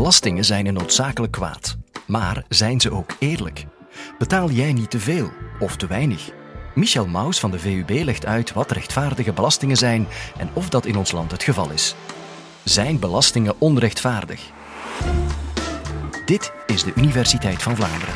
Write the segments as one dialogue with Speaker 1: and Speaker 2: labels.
Speaker 1: Belastingen zijn een noodzakelijk kwaad. Maar zijn ze ook eerlijk? Betaal jij niet te veel of te weinig? Michel Maus van de VUB legt uit wat rechtvaardige belastingen zijn en of dat in ons land het geval is. Zijn belastingen onrechtvaardig? Dit is de Universiteit van Vlaanderen.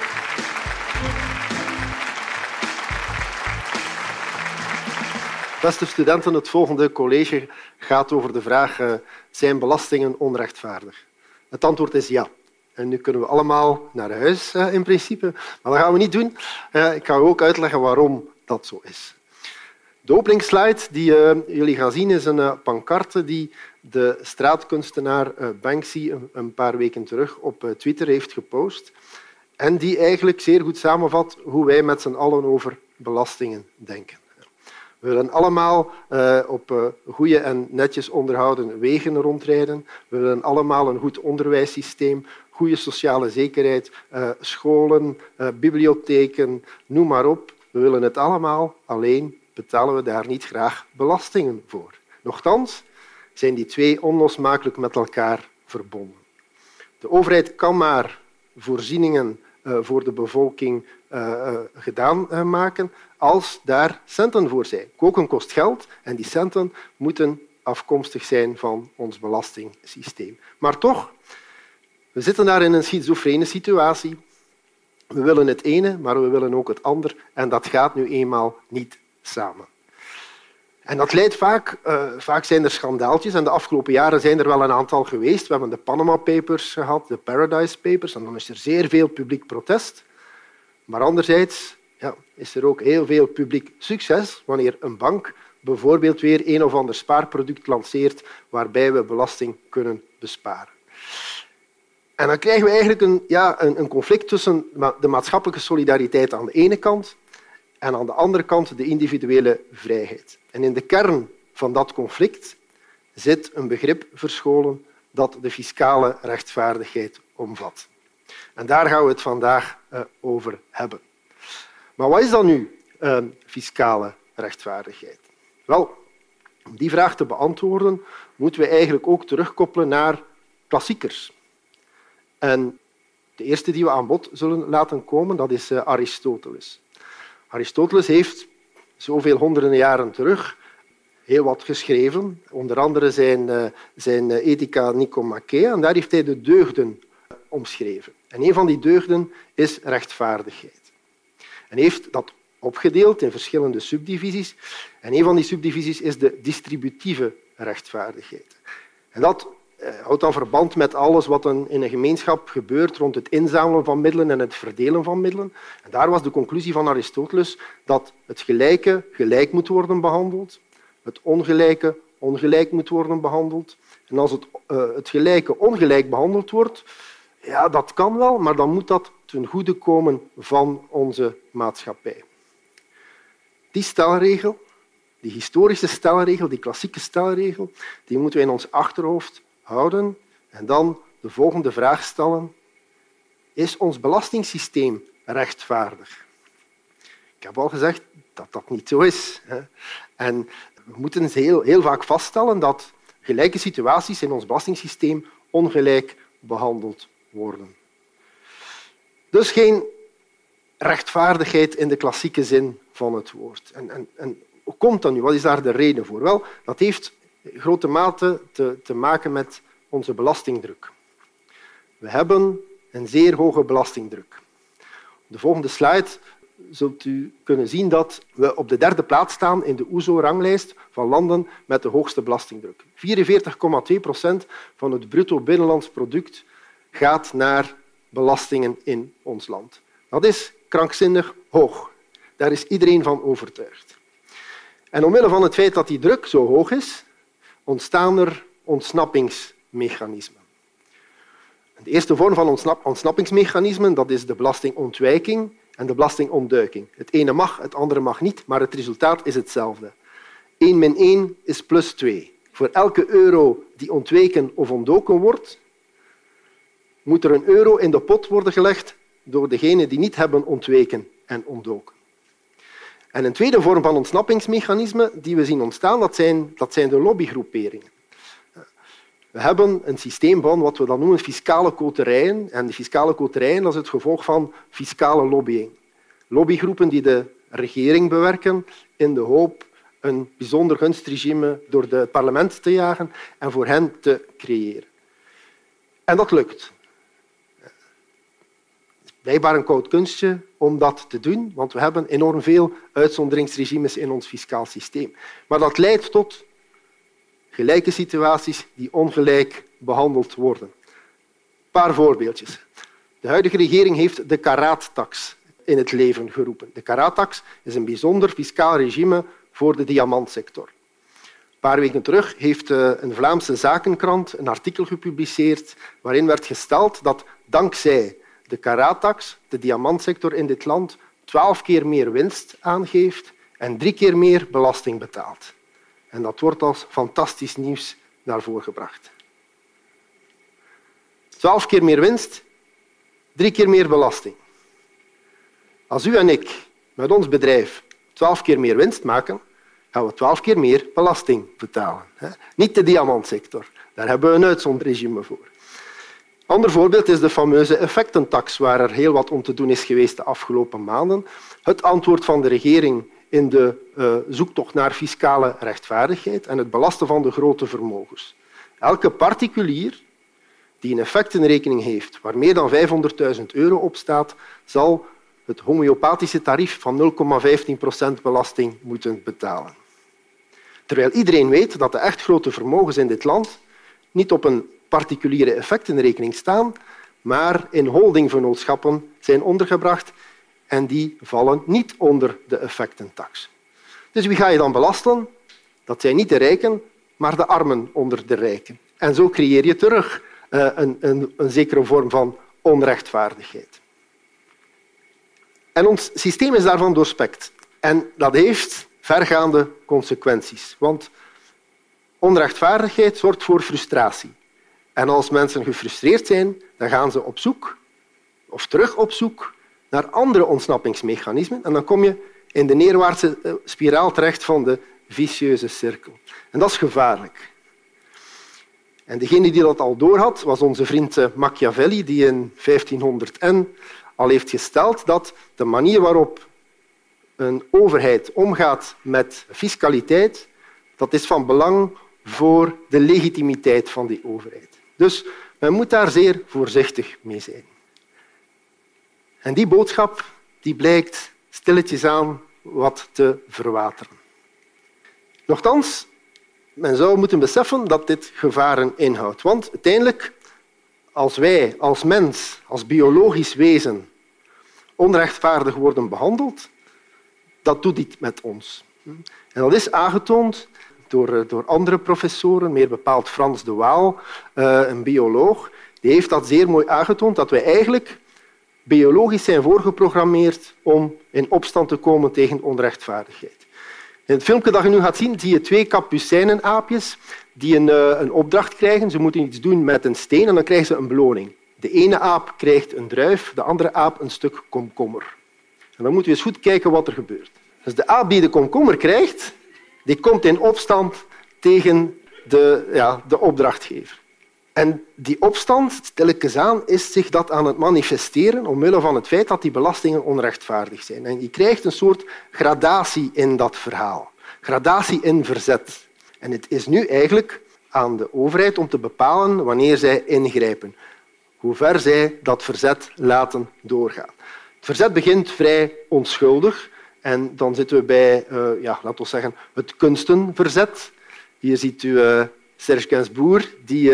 Speaker 2: Beste studenten, het volgende college gaat over de vraag: zijn belastingen onrechtvaardig? Het antwoord is ja. En nu kunnen we allemaal naar huis in principe, maar dat gaan we niet doen. Ik ga u ook uitleggen waarom dat zo is. De openingsslide die jullie gaan zien is een pancarte die de straatkunstenaar Banksy een paar weken terug op Twitter heeft gepost en die eigenlijk zeer goed samenvat hoe wij met z'n allen over belastingen denken. We willen allemaal op goede en netjes onderhouden wegen rondrijden. We willen allemaal een goed onderwijssysteem, goede sociale zekerheid, scholen, bibliotheken, noem maar op. We willen het allemaal, alleen betalen we daar niet graag belastingen voor. Nochtans zijn die twee onlosmakelijk met elkaar verbonden. De overheid kan maar voorzieningen voor de bevolking gedaan maken als daar centen voor zijn. Koken kost geld en die centen moeten afkomstig zijn van ons belastingssysteem. Maar toch, we zitten daar in een schizofrene situatie. We willen het ene, maar we willen ook het ander en dat gaat nu eenmaal niet samen. En dat leidt vaak zijn er schandaaltjes en de afgelopen jaren zijn er wel een aantal geweest. We hebben de Panama Papers gehad, de Paradise Papers en dan is er zeer veel publiek protest. Maar anderzijds is er ook heel veel publiek succes wanneer een bank bijvoorbeeld weer een of ander spaarproduct lanceert waarbij we belasting kunnen besparen. En dan krijgen we eigenlijk een conflict tussen de maatschappelijke solidariteit aan de ene kant en aan de andere kant de individuele vrijheid. En in de kern van dat conflict zit een begrip verscholen dat de fiscale rechtvaardigheid omvat. En daar gaan we het vandaag over hebben. Maar wat is dan nu fiscale rechtvaardigheid? Wel, om die vraag te beantwoorden moeten we eigenlijk ook terugkoppelen naar klassiekers. En de eerste die we aan bod zullen laten komen, dat is Aristoteles. Aristoteles heeft zoveel honderden jaren terug heel wat geschreven, onder andere zijn Ethica Nicomachea, en daar heeft hij de deugden omschreven. En een van die deugden is rechtvaardigheid. En hij heeft dat opgedeeld in verschillende subdivisies. En een van die subdivisies is de distributieve rechtvaardigheid. En dat houdt dan verband met alles wat in een gemeenschap gebeurt rond het inzamelen van middelen en het verdelen van middelen. En daar was de conclusie van Aristoteles dat het gelijke gelijk moet worden behandeld, het ongelijke ongelijk moet worden behandeld. En als het gelijke ongelijk behandeld wordt, ja, dat kan wel, maar dan moet dat ten goede komen van onze maatschappij. Die stelregel, die historische stelregel, die klassieke stelregel, die moeten we in ons achterhoofd houden en dan de volgende vraag stellen: is ons belastingssysteem rechtvaardig? Ik heb al gezegd dat dat niet zo is. En we moeten heel vaak vaststellen dat gelijke situaties in ons belastingssysteem ongelijk behandeld worden. Dus geen rechtvaardigheid in de klassieke zin van het woord. En hoe komt dat nu? Wat is daar de reden voor? Wel, dat heeft in grote mate te maken met onze belastingdruk. We hebben een zeer hoge belastingdruk. Op de volgende slide zult u kunnen zien dat we op de 3e plaats staan in de OESO-ranglijst van landen met de hoogste belastingdruk. 44,2% van het bruto binnenlands product gaat naar belastingen in ons land. Dat is krankzinnig hoog. Daar is iedereen van overtuigd. En omwille van het feit dat die druk zo hoog is, ontstaan er ontsnappingsmechanismen. De eerste vorm van ontsnappingsmechanismen, dat is de belastingontwijking en de belastingontduiking. Het ene mag, het andere mag niet, maar het resultaat is hetzelfde. 1 min 1 is plus 2. Voor elke euro die ontweken of ontdoken wordt, moet er €1 in de pot worden gelegd door degenen die niet hebben ontweken en ontdoken. En een tweede vorm van ontsnappingsmechanisme die we zien ontstaan, dat zijn de lobbygroeperingen. We hebben een systeem van wat we dan noemen fiscale koterijen. En die fiscale koterijen, dat is het gevolg van fiscale lobbying. Lobbygroepen die de regering bewerken in de hoop een bijzonder gunstregime door het parlement te jagen en voor hen te creëren. En dat lukt. Het is blijkbaar een koud kunstje om dat te doen, want we hebben enorm veel uitzonderingsregimes in ons fiscaal systeem. Maar dat leidt tot gelijke situaties die ongelijk behandeld worden. Een paar voorbeeldjes. De huidige regering heeft de karaattax in het leven geroepen. De karaattax is een bijzonder fiscaal regime voor de diamantsector. Een paar weken terug heeft een Vlaamse zakenkrant een artikel gepubliceerd waarin werd gesteld dat dankzij de karaattax de diamantsector in dit land 12 keer meer winst aangeeft en 3 keer meer belasting betaalt. En dat wordt als fantastisch nieuws naar voren gebracht. 12 keer meer winst, 3 keer meer belasting. Als u en ik met ons bedrijf 12 keer meer winst maken, gaan we 12 keer meer belasting betalen. Niet de diamantsector. Daar hebben we een uitzonderingsregime voor. Een ander voorbeeld is de fameuze effectentax, waar er heel wat om te doen is geweest de afgelopen maanden. Het antwoord van de regering in de zoektocht naar fiscale rechtvaardigheid en het belasten van de grote vermogens. Elke particulier die een effectenrekening heeft waar meer dan €500.000 op staat, zal het homeopathische tarief van 0,15% belasting moeten betalen. Terwijl iedereen weet dat de echt grote vermogens in dit land niet op een particuliere effectenrekening staan, maar in holdingvernootschappen zijn ondergebracht en die vallen niet onder de effectentax. Dus wie ga je dan belasten? Dat zijn niet de rijken, maar de armen onder de rijken. En zo creëer je terug een zekere vorm van onrechtvaardigheid. En ons systeem is daarvan doorspekt. En dat heeft vergaande consequenties. Want onrechtvaardigheid zorgt voor frustratie. En als mensen gefrustreerd zijn, dan gaan ze op zoek, of terug op zoek, naar andere ontsnappingsmechanismen. En dan kom je in de neerwaartse spiraal terecht van de vicieuze cirkel. En dat is gevaarlijk. En degene die dat al doorhad, was onze vriend Machiavelli, die in 1500 al heeft gesteld dat de manier waarop een overheid omgaat met fiscaliteit, dat is van belang voor de legitimiteit van die overheid. Dus men moet daar zeer voorzichtig mee zijn. En die boodschap die blijkt stilletjes aan wat te verwateren. Nochtans, men zou moeten beseffen dat dit gevaren inhoudt. Want uiteindelijk, als wij als mens, als biologisch wezen, onrechtvaardig worden behandeld, dat doet iets met ons. En dat is aangetoond door andere professoren, meer bepaald Frans de Waal, een bioloog. Die heeft dat zeer mooi aangetoond, dat wij eigenlijk biologisch zijn voorgeprogrammeerd om in opstand te komen tegen onrechtvaardigheid. In het filmpje dat je nu gaat zien, zie je 2 kapucijnenaapjes die een opdracht krijgen. Ze moeten iets doen met een steen en dan krijgen ze een beloning. De ene aap krijgt een druif, de andere aap een stuk komkommer. En dan moeten we eens goed kijken wat er gebeurt. Dus de aap die de komkommer krijgt, die komt in opstand tegen de opdrachtgever. En die opstand, stilletjes aan, is zich dat aan het manifesteren omwille van het feit dat die belastingen onrechtvaardig zijn. En je krijgt een soort gradatie in dat verhaal. Gradatie in verzet. En het is nu eigenlijk aan de overheid om te bepalen wanneer zij ingrijpen. Hoe ver zij dat verzet laten doorgaan. Het verzet begint vrij onschuldig. En dan zitten we bij laten we zeggen, het kunstenverzet. Hier ziet u Serge Gainsbourg, die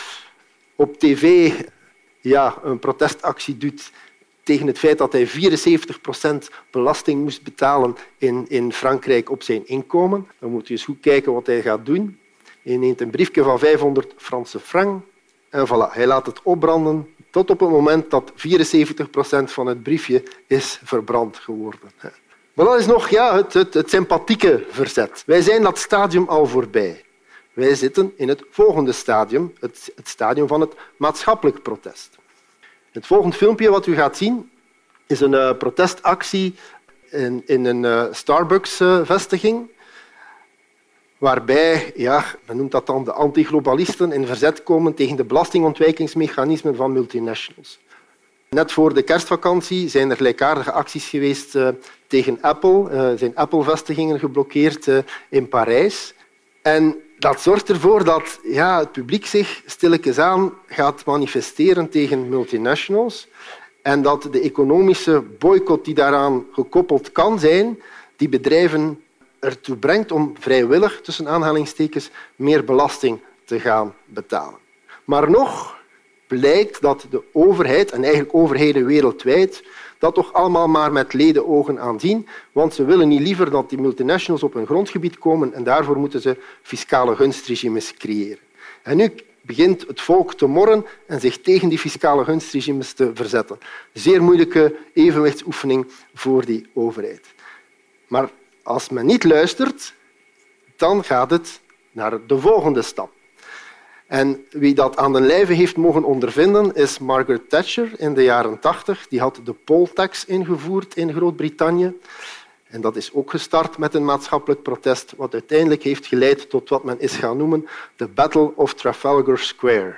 Speaker 2: op tv een protestactie doet tegen het feit dat hij 74% belasting moest betalen in Frankrijk op zijn inkomen. Dan moet je eens goed kijken wat hij gaat doen. Hij neemt een briefje van 500 Franse francs en voilà, hij laat het opbranden tot op het moment dat 74% van het briefje is verbrand geworden. Maar dat is nog het sympathieke verzet. Wij zijn dat stadium al voorbij. Wij zitten in het volgende stadium, het stadium van het maatschappelijk protest. Het volgende filmpje wat u gaat zien is een protestactie in een Starbucks-vestiging waarbij, men noemt dat dan de antiglobalisten, in verzet komen tegen de belastingontwijkingsmechanismen van multinationals. Net voor de kerstvakantie zijn er gelijkaardige acties geweest tegen Apple. Er zijn Apple-vestigingen geblokkeerd in Parijs. En dat zorgt ervoor dat het publiek zich stilletjes aan gaat manifesteren tegen multinationals en dat de economische boycott die daaraan gekoppeld kan zijn, die bedrijven ertoe brengt om vrijwillig, tussen aanhalingstekens, meer belasting te gaan betalen. Maar nog blijkt dat de overheid, en eigenlijk overheden wereldwijd, dat toch allemaal maar met lede ogen aanzien, want ze willen niet liever dat die multinationals op hun grondgebied komen en daarvoor moeten ze fiscale gunstregimes creëren. En nu begint het volk te morren en zich tegen die fiscale gunstregimes te verzetten. Zeer moeilijke evenwichtsoefening voor die overheid. Maar als men niet luistert, dan gaat het naar de volgende stap. En wie dat aan den lijve heeft mogen ondervinden, is Margaret Thatcher in de jaren 80. Die had de poll tax ingevoerd in Groot-Brittannië. En dat is ook gestart met een maatschappelijk protest, wat uiteindelijk heeft geleid tot wat men is gaan noemen de Battle of Trafalgar Square.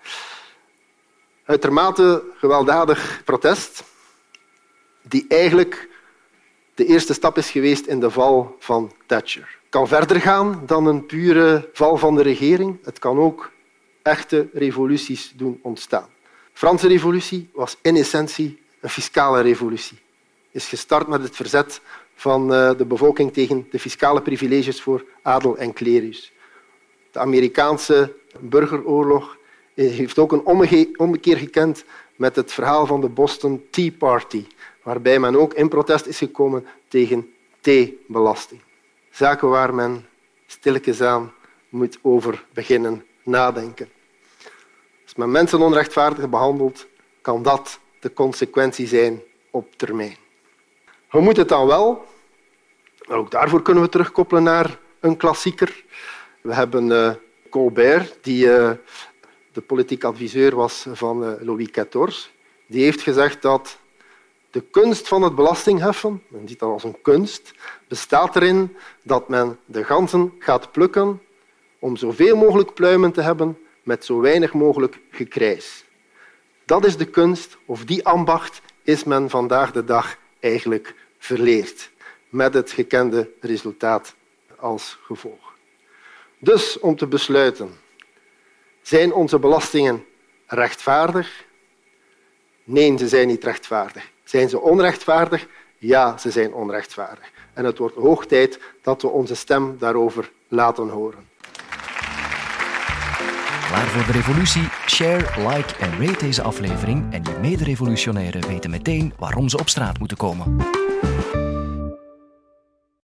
Speaker 2: Uitermate gewelddadig protest, die eigenlijk de eerste stap is geweest in de val van Thatcher. Het kan verder gaan dan een pure val van de regering. Het kan ook echte revoluties doen ontstaan. De Franse revolutie was in essentie een fiscale revolutie. Is gestart met het verzet van de bevolking tegen de fiscale privileges voor adel en clerus. De Amerikaanse burgeroorlog heeft ook een ommekeer gekend met het verhaal van de Boston Tea Party, waarbij men ook in protest is gekomen tegen theebelasting. Zaken waar men stilletjes aan moet over beginnen nadenken. Als men mensen onrechtvaardig behandelt, kan dat de consequentie zijn op termijn. Hoe moet het dan wel? Ook daarvoor kunnen we terugkoppelen naar een klassieker. We hebben Colbert, die de politiek adviseur was van Louis XIV. Die heeft gezegd dat de kunst van het belastingheffen, men ziet dat als een kunst, bestaat erin dat men de ganzen gaat plukken om zoveel mogelijk pluimen te hebben met zo weinig mogelijk gekrijs. Dat is de kunst, of die ambacht is men vandaag de dag eigenlijk verleerd, met het gekende resultaat als gevolg. Dus om te besluiten, zijn onze belastingen rechtvaardig? Nee, ze zijn niet rechtvaardig. Zijn ze onrechtvaardig? Ja, ze zijn onrechtvaardig. En het wordt hoog tijd dat we onze stem daarover laten horen.
Speaker 1: Klaar voor de revolutie? Share, like en rate deze aflevering en je mede-revolutionairen weten meteen waarom ze op straat moeten komen.